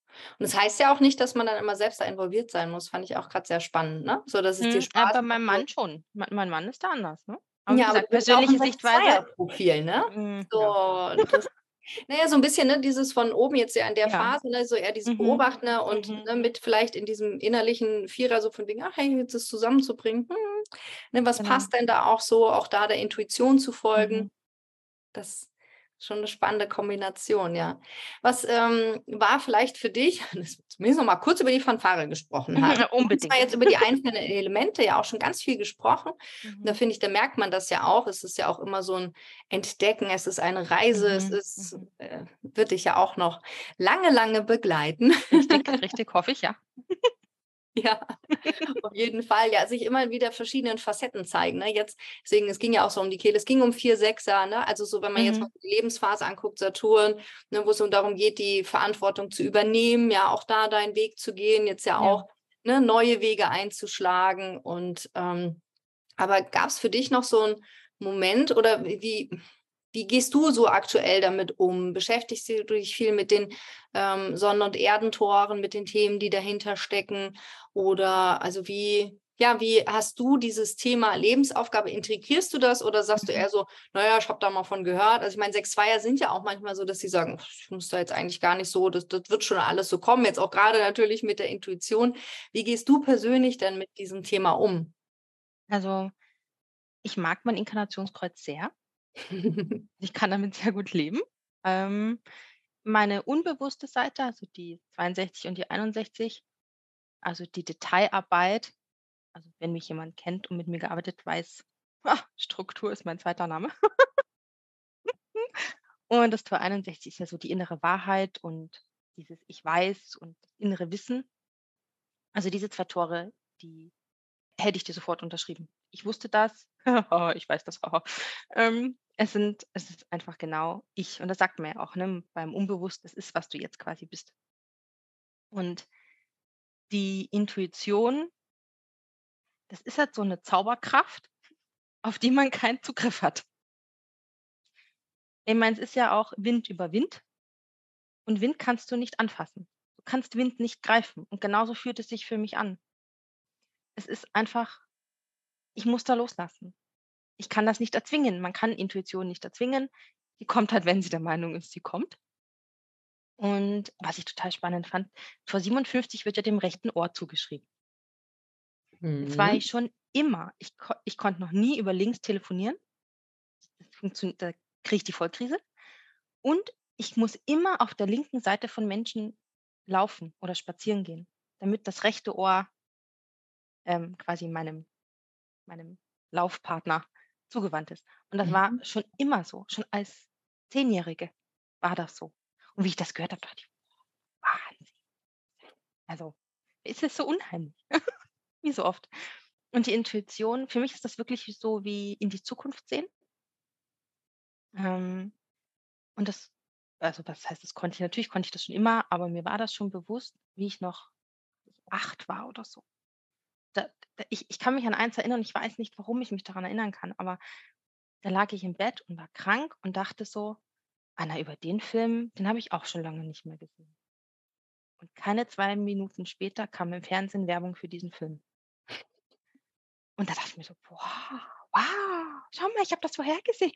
Und das heißt ja auch nicht, dass man dann immer selbst da involviert sein muss. Fand ich auch gerade sehr spannend, ne? So, dass es dir Mhm, äh, Spaß bei macht, meinem so Mann schon. Mei mein Mann ist da anders, ne? Aber wie ja, aber gesagt, du bist ja auch 'n persönliche Sichtweise Sechs-Zweier-Profil, ne? hm, ja. So, das na ja, so 'n bisschen, ne, dieses von oben jetzt ja in der Ja. Phase, ne, so eher dieses Mhm. Beobachtende und, Mhm. ne, mit vielleicht in diesem innerlichen Vierer so von wegen: „Ach, hey, jetzt das zusammenzubringen, hm, ne, was Genau. passt denn da auch so?“ Auch da der Intuition zu folgen. Mhm. Das ist schon 'ne spannende Kombination, ja. Was, ähm, war vielleicht für dich, dass wir zumindest noch mal kurz über die Fanfare gesprochen haben. Mhm, Wir haben zwar unbedingt. jetzt über die einzelnen Elemente ja auch schon ganz viel gesprochen. Und da Mhm. finde ich, da merkt man das ja auch. Es ist ja auch immer so 'n Entdecken. Es ist eine Reise. Es Mhm, ist mhm. äh, wird dich ja auch noch lange, lange begleiten. Richtig, richtig, hoffe ich, ja. Ja, auf jeden Fall. Ja, sich immer wieder verschiedenen Facetten zeigen, ne? Jetzt deswegen, es ging ja auch so um die Kehle. Es ging um vier Sechser, ne? Also, so, wenn man jetzt mal Mhm. die Lebensphase anguckt, Saturn, ne, wo es so darum geht, die Verantwortung zu übernehmen, ja, auch da deinen Weg zu gehen, jetzt ja Ja. auch, ne, neue Wege einzuschlagen und, ähm aber gab's für dich noch so 'n Moment oder w wie wie gehst du so aktuell damit um? Beschäftigst du dich viel mit den, ähm, Sonnen und Erdentoren, mit den Themen, die dahinter stecken? Oder also, wie ja, wie hast du dieses Thema Lebensaufgabe integrierst du das oder sagst du Mhm. eher so: „Na ja, ich habe da mal von gehört?“ Also, ich meine, Sechs-Zweier sind ja auch manchmal so, dass sie sagen: „Ich muss da jetzt eigentlich gar nicht so das das wird schon alles so kommen“, jetzt auch grade natürlich mit der Intuition. Wie gehst du persönlich denn mit diesem Thema um? Also, ich mag mein Inkarnationskreuz sehr. Ich kann damit sehr gut leben. Ähm, meine unbewusste Seite, also die zweiundsechzig und die einundsechzig, also die Detailarbeit, also wenn mich jemand kennt und mit mir gearbeitet, weiß, ha, Struktur ist mein zweiter Name. Und das Tor einundsechzig ist ja so die innere Wahrheit und dieses Ich weiß und innere Wissen. Also diese zwei Tore, die hätte ich dir sofort unterschrieben. Ich wusste das. Ich weiß das. Ähm, es sind es ist einfach genau ich und das sagt man ja auch, ne, beim Unbewussten, das ist, was du jetzt quasi bist. Und die Intuition das ist halt so 'ne Zauberkraft, auf die man keinen Zugriff hat. Ich meine, es ist ja auch Wind über Wind und Wind kannst du nicht anfassen. Du kannst Wind nicht greifen und genauso fühlt es sich für mich an. Es ist einfach ich muss da loslassen. Ich kann das nicht erzwingen. Man kann Intuition nicht erzwingen. Die kommt halt, wenn sie der Meinung ist, sie kommt. Und was ich total spannend fand, Tor siebenundfünfzig wird ja dem rechten Ohr zugeschrieben. Jetzt war Mhm. ich schon immer ich ko ich konnte noch nie über links telefonieren. Das funktio da kriege ich die Vollkrise. Und ich muss immer auf der linken Seite von Menschen laufen oder spazieren gehen, damit das rechte Ohr ähm, quasi meinem meinem Laufpartner zugewandt ist. Und das war Mhm. schon immer so. Schon als Zehnjährige war das so. Und wie ich das gehört habe, dachte ich: „Wahnsinn.“ Also, es ist so unheimlich, wie so oft. Und die Intuition für mich ist das wirklich so wie in die Zukunft sehen. Ähm, und das also, was heißt, das konnte ich natürlich konnte ich das schon immer, aber mir war das schon bewusst, wie ich noch acht war oder so. Da da ich ich kann mich an eins erinnern, ich weiß nicht, warum ich mich daran erinnern kann, aber da lag ich im Bett und war krank und dachte so: „Ah, na, über den Film, den habe ich auch schon lange nicht mehr gesehen.“ Und keine zwei Minuten später kam im Fernsehen Werbung für diesen Film. Und da dachte ich mir so: „Wow, wow, schau mal, ich habe das vorhergesehen.“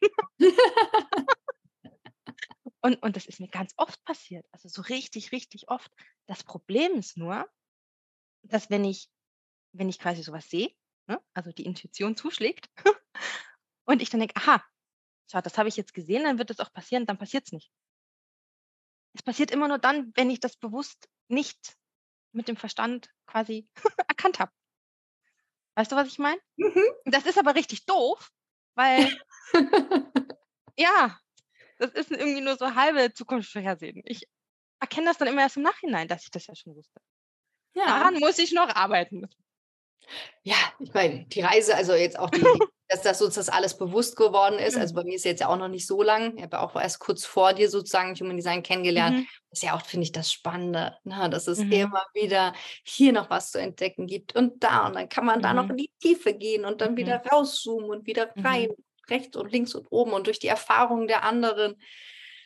Und und das ist mir ganz oft passiert, also so richtig, richtig oft. Das Problem ist nur, dass wenn ich wenn ich quasi so was sehe, ne, also die Intuition zuschlägt und ich dann denke: „Aha, schau, das habe ich jetzt gesehen, dann wird das auch passieren“, dann passiert's nicht. Es passiert immer nur dann, wenn ich das bewusst nicht mit dem Verstand quasi erkannt habe. Weißt du, was ich meine? Mhm. Das ist aber richtig doof, weil ja, das ist irgendwie nur so halbe Zukunft vorhersehen. Ich erkenne das dann immer erst im Nachhinein, dass ich das ja schon wusste. Ja. Daran muss ich noch arbeiten. Ja, ich meine, die Reise also jetzt auch die die dass dass uns das alles bewusst geworden ist. Also, bei mir ist jetzt ja auch noch nicht so lang. Ich habe ja auch erst kurz vor dir sozusagen Human Design kennengelernt. Mhm. Das ist ja auch, finde ich, das Spannende, ne, dass es Mhm. immer wieder hier noch was zu entdecken gibt und da und dann kann man da noch Mhm. in die Tiefe gehen und dann Mhm. wieder rauszoomen und wieder rein, Mhm. rechts und links und oben und durch die Erfahrungen der anderen.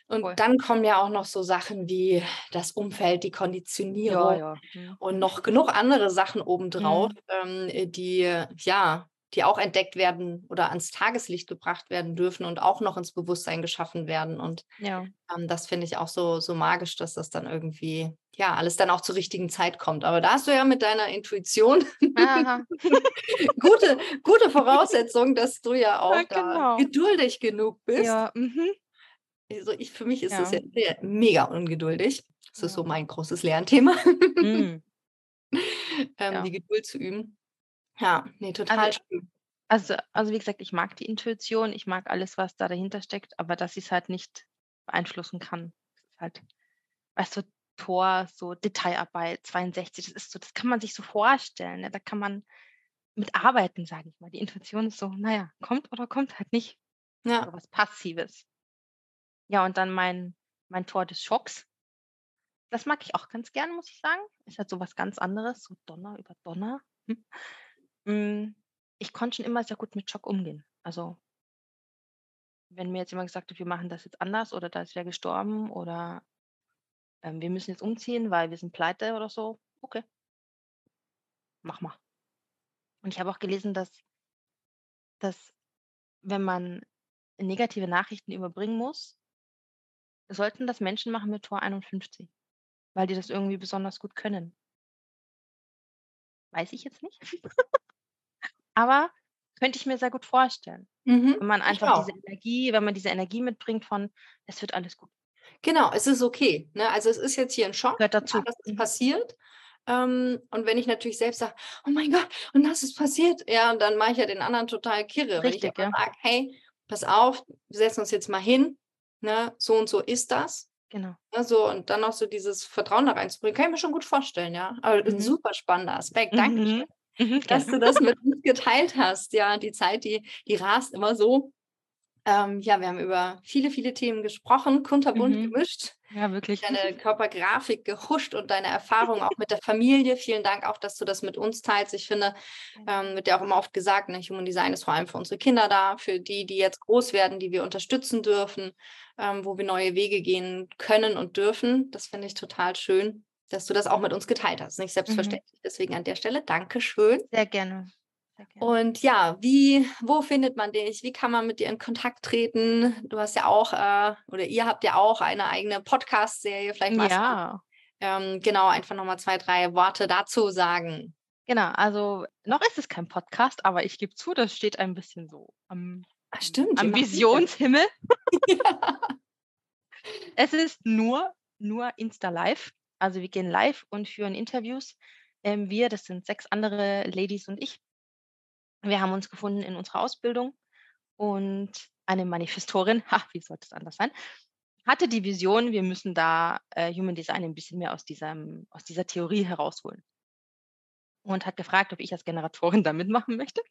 Und Voll. dann kommen ja auch noch so Sachen wie das Umfeld, die Ja, Konditionierung ja. Mhm. und noch genug andere Sachen obendrauf, Mhm. ähm, äh, die, äh, ja, die auch entdeckt werden oder ans Tageslicht gebracht werden dürfen und auch noch ins Bewusstsein geschaffen werden. Und Ja. ähm, das finde ich auch so, so magisch, dass das dann irgendwie, ja, alles dann auch zur richtigen Zeit kommt. Aber da hast du ja mit deiner Intuition Aha. gute, gute Voraussetzung, dass du ja Ja, auch da genau. geduldig genug bist. Ja, mhm. Also ich, für mich ist das ja Ja, sehr, mega ungeduldig. Das ist ja. so mein großes Lernthema, Mhm. ähm, die Ja. Geduld zu üben. Ja, ne, Also total schön. also also, wie gesagt, ich mag die Intuition, ich mag alles, was da dahinter steckt, aber dass ich's halt nicht beeinflussen kann. Das ist halt, weißt du, Tor, so Detailarbeit, zweiundsechzig, das ist so, das kann man sich so vorstellen, ne? Da kann man mit arbeiten, sage ich mal. Die Intuition ist so, na ja, kommt oder kommt halt nicht, so Ja. was Passives. Ja, und dann mein mein Tor des Schocks, das mag ich auch ganz gerne, muss ich sagen. Ist halt so was ganz anderes, so Donner über Donner. Hm. Hm, ich konnte schon immer sehr gut mit Schock umgehen. Also, wenn mir jetzt jemand gesagt hat: „Wir machen das jetzt anders“ oder „Da ist wer gestorben“ oder, ähm, „Wir müssen jetzt umziehen, weil wir sind pleite“ oder so. Okay, mach mal. Und ich habe auch gelesen, dass dass wenn man negative Nachrichten überbringen muss, sollten das Menschen machen mit Tor einundfünfzig, weil die das irgendwie besonders gut können. Weiß ich jetzt nicht, aber könnte ich mir sehr gut vorstellen. Mhm. Wenn man Ich einfach diese auch. Energie wenn man diese Energie mitbringt von: „Es wird alles gut.“ Genau, es ist okay, ne? Also, es ist jetzt hier 'n Schock, Gehört ja, dazu. das ist Mhm. passiert. Ähm, und wenn ich natürlich selbst sage: „Oh mein Gott, und das ist passiert“, ja, dann mache ich ja den anderen total kirre. Wenn ich Richtig, aber ja, sage: „Hey, pass auf, wir setzen uns jetzt mal hin, ne? So und so ist das.“ genau. Ne, so und dann noch so dieses Vertrauen da reinzubringen, kann ich mir schon gut vorstellen, ja. Aber 'n Mhm. super spannender Aspekt. Dankeschön, Mhm. Mhm, dass gerne. du das mit uns geteilt hast. Ja, die Zeit, die die rast immer so. Ähm, ja, wir haben über viele, viele Themen gesprochen, kunterbunt Mhm. gemischt, Ja, wirklich. deine Körpergrafik gehuscht und deine Erfahrungen auch mit der Familie. Vielen Dank auch, dass du das mit uns teilst. Ich finde, Gerne. ähm, wird ja auch immer oft gesagt, ne, Human Design ist vor allem für unsere Kinder da, für die, die jetzt groß werden, die wir unterstützen dürfen, ähm, wo wir neue Wege gehen können und dürfen. Das finde ich total schön, dass du das auch mit uns geteilt hast. Nicht Mhm. selbstverständlich. Deswegen an der Stelle Dankeschön. Sehr gerne. Sehr gerne. Und ja, wie wo findet man dich? Wie kann man mit dir in Kontakt treten? Du hast ja auch, äh oder ihr habt ja auch eine eigene Podcast-Serie. Vielleicht magst du, Ja, ähm, genau, einfach noch mal zwei, drei Worte dazu sagen. genau. Also, noch ist es kein Podcast, aber ich gebe zu, das steht ein bisschen so am Ah, am stimmt, ihr am macht Videos. Visionshimmel. Ja. Es ist nur nur Insta Live. Also, wir gehen live und führen Interviews. Ähm, wir, das sind sechs andere Ladies und ich. Wir haben uns gefunden in unserer Ausbildung und eine Manifestorin, ha, wie sollte es anders sein, hatte die Vision, wir müssen da, äh, Human Design ein bisschen mehr aus diesem aus dieser Theorie herausholen und hat gefragt, ob ich als Generatorin da mitmachen möchte.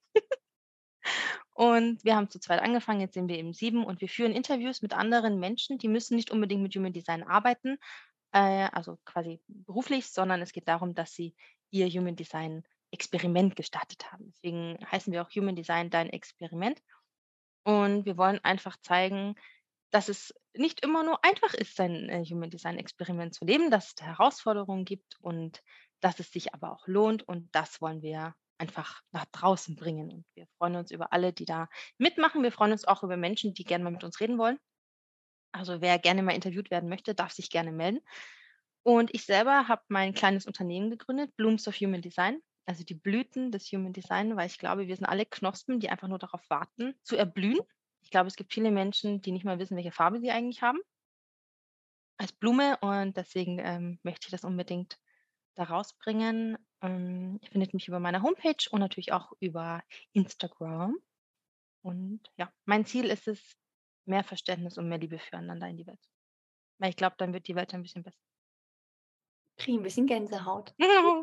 Und wir haben zu zweit angefangen, jetzt sind wir eben sieben und wir führen Interviews mit anderen Menschen, die müssen nicht unbedingt mit Human Design arbeiten, äh, also quasi beruflich, sondern es geht darum, dass sie ihr Human Design Experiment gestartet haben. Deswegen heißen wir auch Human Design Dein Experiment. Und wir wollen einfach zeigen, dass es nicht immer nur einfach ist, sein, äh, Human Design Experiment zu leben, dass es da Herausforderungen gibt und dass es sich aber auch lohnt. Und das wollen wir einfach nach draußen bringen. Und wir freuen uns über alle, die da mitmachen. Wir freuen uns auch über Menschen, die gerne mal mit uns reden wollen. Also wer gerne mal interviewt werden möchte, darf sich gerne melden. Und ich selber habe mein kleines Unternehmen gegründet, Blooms of Human Design, also die Blüten des Human Design, weil ich glaube, wir sind alle Knospen, die einfach nur darauf warten, zu erblühen. Ich glaube, es gibt viele Menschen, die nicht mal wissen, welche Farbe sie eigentlich haben als Blume und deswegen ähm, möchte ich das unbedingt da rausbringen. Ähm, ihr findet mich über meine Homepage und natürlich auch über Instagram. Und ja, mein Ziel ist es, mehr Verständnis und mehr Liebe füreinander in die Welt. Weil ich glaube, dann wird die Welt ein bisschen besser. Kriege 'n bisschen Gänsehaut. Ja,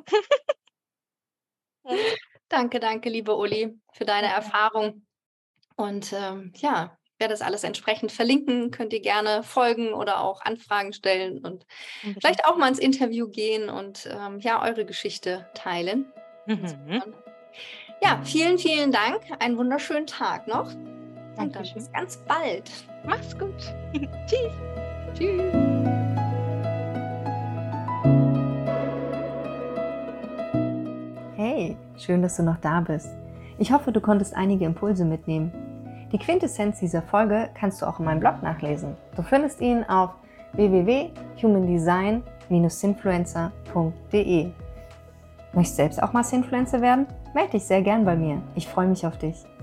Danke, danke, liebe Uli, für deine sehr gerne. Erfahrung. Und, ähm, ja, ich werde das alles entsprechend verlinken. Könnt ihr gerne folgen oder auch Anfragen stellen und Unbedingt. vielleicht auch mal ins Interview gehen und, ähm, ja, eure Geschichte teilen. Mhm. Insofern, ja, vielen, vielen Dank. Einen wunderschönen Tag noch und dann Dankeschön. bis ganz bald. Mach's gut. Tschüss. Tschüss. Hey, schön, dass du noch da bist. Ich hoffe, du konntest einige Impulse mitnehmen. Die Quintessenz dieser Folge kannst du auch in meinem Blog nachlesen. Du findest ihn auf w w w punkt human design dash sinfluencer punkt d e. Möchtest du selbst auch mal Sinfluencer werden? Melde dich sehr gern bei mir. Ich freue mich auf dich.